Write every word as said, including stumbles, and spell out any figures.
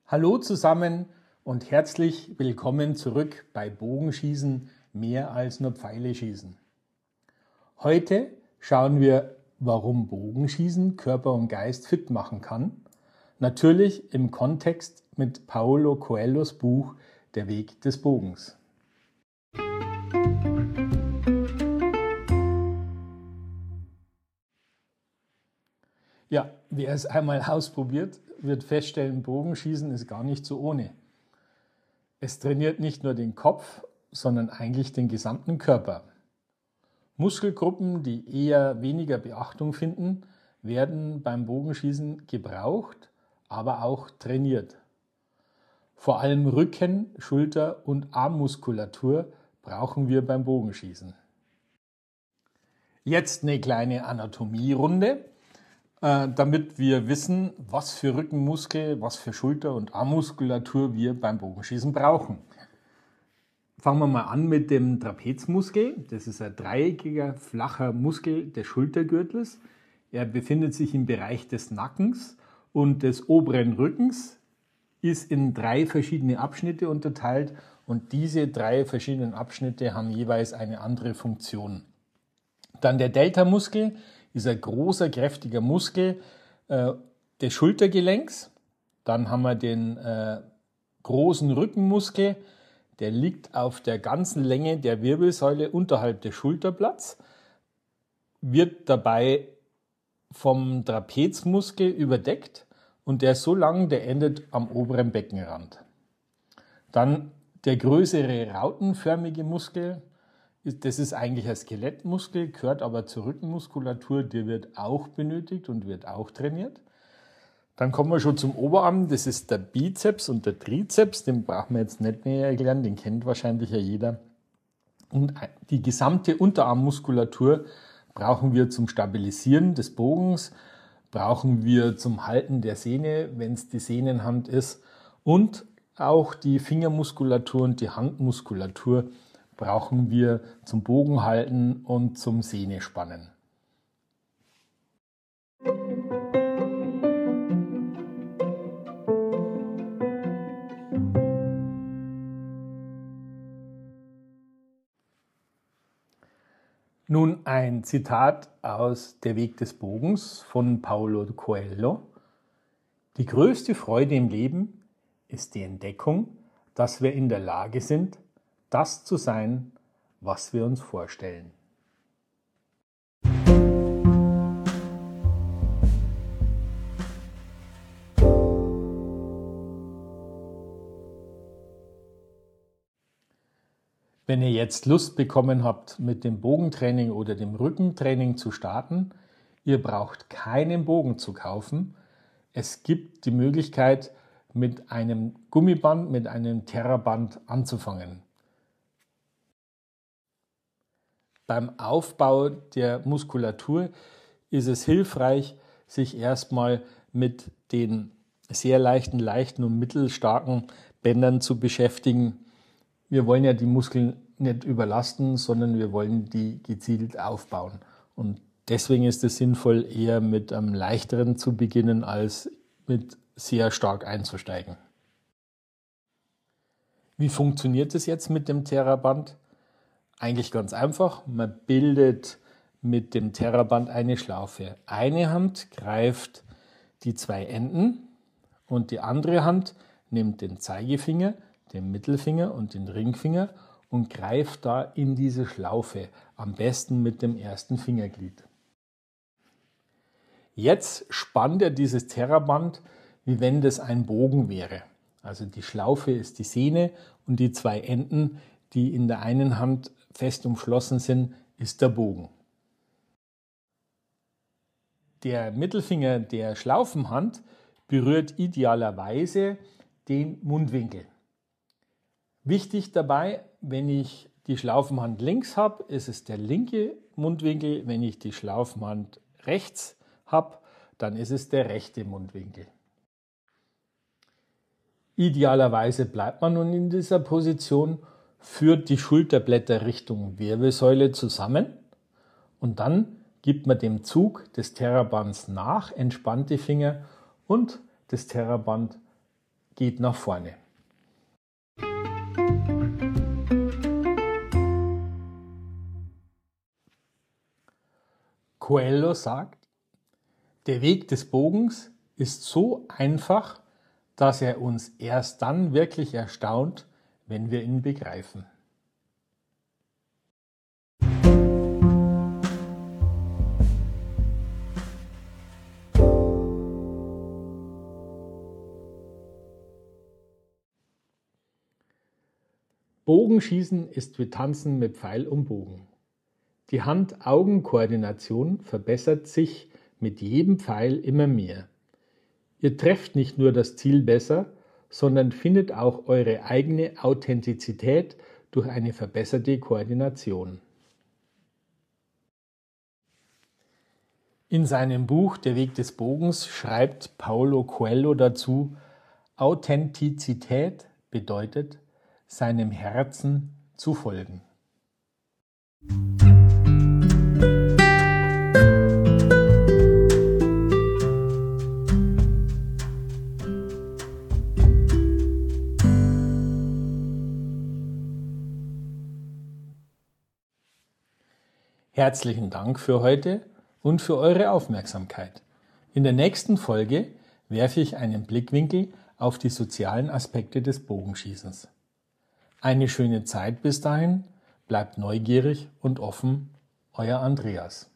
Hallo zusammen und herzlich willkommen zurück bei Bogenschießen mehr als nur Pfeile schießen. Heute schauen wir, warum Bogenschießen Körper und Geist fit machen kann. Natürlich im Kontext mit Paulo Coelhos Buch Der Weg des Bogens. Ja, wer es einmal ausprobiert, wird feststellen, Bogenschießen ist gar nicht so ohne. Es trainiert nicht nur den Kopf, sondern eigentlich den gesamten Körper. Muskelgruppen, die eher weniger Beachtung finden, werden beim Bogenschießen gebraucht, aber auch trainiert. Vor allem Rücken-, Schulter- und Armmuskulatur brauchen wir beim Bogenschießen. Jetzt eine kleine Anatomierunde, damit wir wissen, was für Rückenmuskel, was für Schulter- und Armmuskulatur wir beim Bogenschießen brauchen. Fangen wir mal an mit dem Trapezmuskel. Das ist ein dreieckiger, flacher Muskel des Schultergürtels. Er befindet sich im Bereich des Nackens und des oberen Rückens, ist in drei verschiedene Abschnitte unterteilt und diese drei verschiedenen Abschnitte haben jeweils eine andere Funktion. Dann der Deltamuskel ist ein großer, kräftiger Muskel äh, des Schultergelenks. Dann haben wir den äh, großen Rückenmuskel, der liegt auf der ganzen Länge der Wirbelsäule unterhalb des Schulterblatts, wird dabei vom Trapezmuskel überdeckt und der ist so lang, der endet am oberen Beckenrand. Dann der größere rautenförmige Muskel, das ist eigentlich ein Skelettmuskel, gehört aber zur Rückenmuskulatur, der wird auch benötigt und wird auch trainiert. Dann kommen wir schon zum Oberarm, das ist der Bizeps und der Trizeps, den brauchen wir jetzt nicht näher erklären, den kennt wahrscheinlich ja jeder. Und die gesamte Unterarmmuskulatur brauchen wir zum Stabilisieren des Bogens, brauchen wir zum Halten der Sehne, wenn es die Sehnenhand ist, und auch die Fingermuskulatur und die Handmuskulatur brauchen wir zum Bogenhalten und zum Sehnespannen. Nun ein Zitat aus Der Weg des Bogens von Paulo Coelho. Die größte Freude im Leben ist die Entdeckung, dass wir in der Lage sind, das zu sein, was wir uns vorstellen. Wenn ihr jetzt Lust bekommen habt, mit dem Bogentraining oder dem Rückentraining zu starten, ihr braucht keinen Bogen zu kaufen. Es gibt die Möglichkeit, mit einem Gummiband, mit einem Terraband anzufangen. Beim Aufbau der Muskulatur ist es hilfreich, sich erstmal mit den sehr leichten, leichten und mittelstarken Bändern zu beschäftigen. Wir wollen ja die Muskeln nicht überlasten, sondern wir wollen die gezielt aufbauen. Und deswegen ist es sinnvoll, eher mit einem leichteren zu beginnen, als mit sehr stark einzusteigen. Wie funktioniert es jetzt mit dem Terraband? Eigentlich ganz einfach. Man bildet mit dem Terraband eine Schlaufe. Eine Hand greift die zwei Enden und die andere Hand nimmt den Zeigefinger, den Mittelfinger und den Ringfinger und greift da in diese Schlaufe, am besten mit dem ersten Fingerglied. Jetzt spannt er dieses Terraband, wie wenn das ein Bogen wäre. Also die Schlaufe ist die Sehne und die zwei Enden, die in der einen Hand fest umschlossen sind, ist der Bogen. Der Mittelfinger der Schlaufenhand berührt idealerweise den Mundwinkel. Wichtig dabei, wenn ich die Schlaufenhand links habe, ist es der linke Mundwinkel. Wenn ich die Schlaufenhand rechts habe, dann ist es der rechte Mundwinkel. Idealerweise bleibt man nun in dieser Position, führt die Schulterblätter Richtung Wirbelsäule zusammen und dann gibt man dem Zug des Terrabands nach, entspannt die Finger und das Terraband geht nach vorne. Coelho sagt, der Weg des Bogens ist so einfach, dass er uns erst dann wirklich erstaunt, wenn wir ihn begreifen. Bogenschießen ist wie Tanzen mit Pfeil und Bogen. Die Hand-Augen-Koordination verbessert sich mit jedem Pfeil immer mehr. Ihr trefft nicht nur das Ziel besser, sondern findet auch eure eigene Authentizität durch eine verbesserte Koordination. In seinem Buch Der Weg des Bogens schreibt Paulo Coelho dazu, Authentizität bedeutet, seinem Herzen zu folgen. Herzlichen Dank für heute und für eure Aufmerksamkeit. In der nächsten Folge werfe ich einen Blickwinkel auf die sozialen Aspekte des Bogenschießens. Eine schöne Zeit bis dahin, bleibt neugierig und offen, euer Andreas.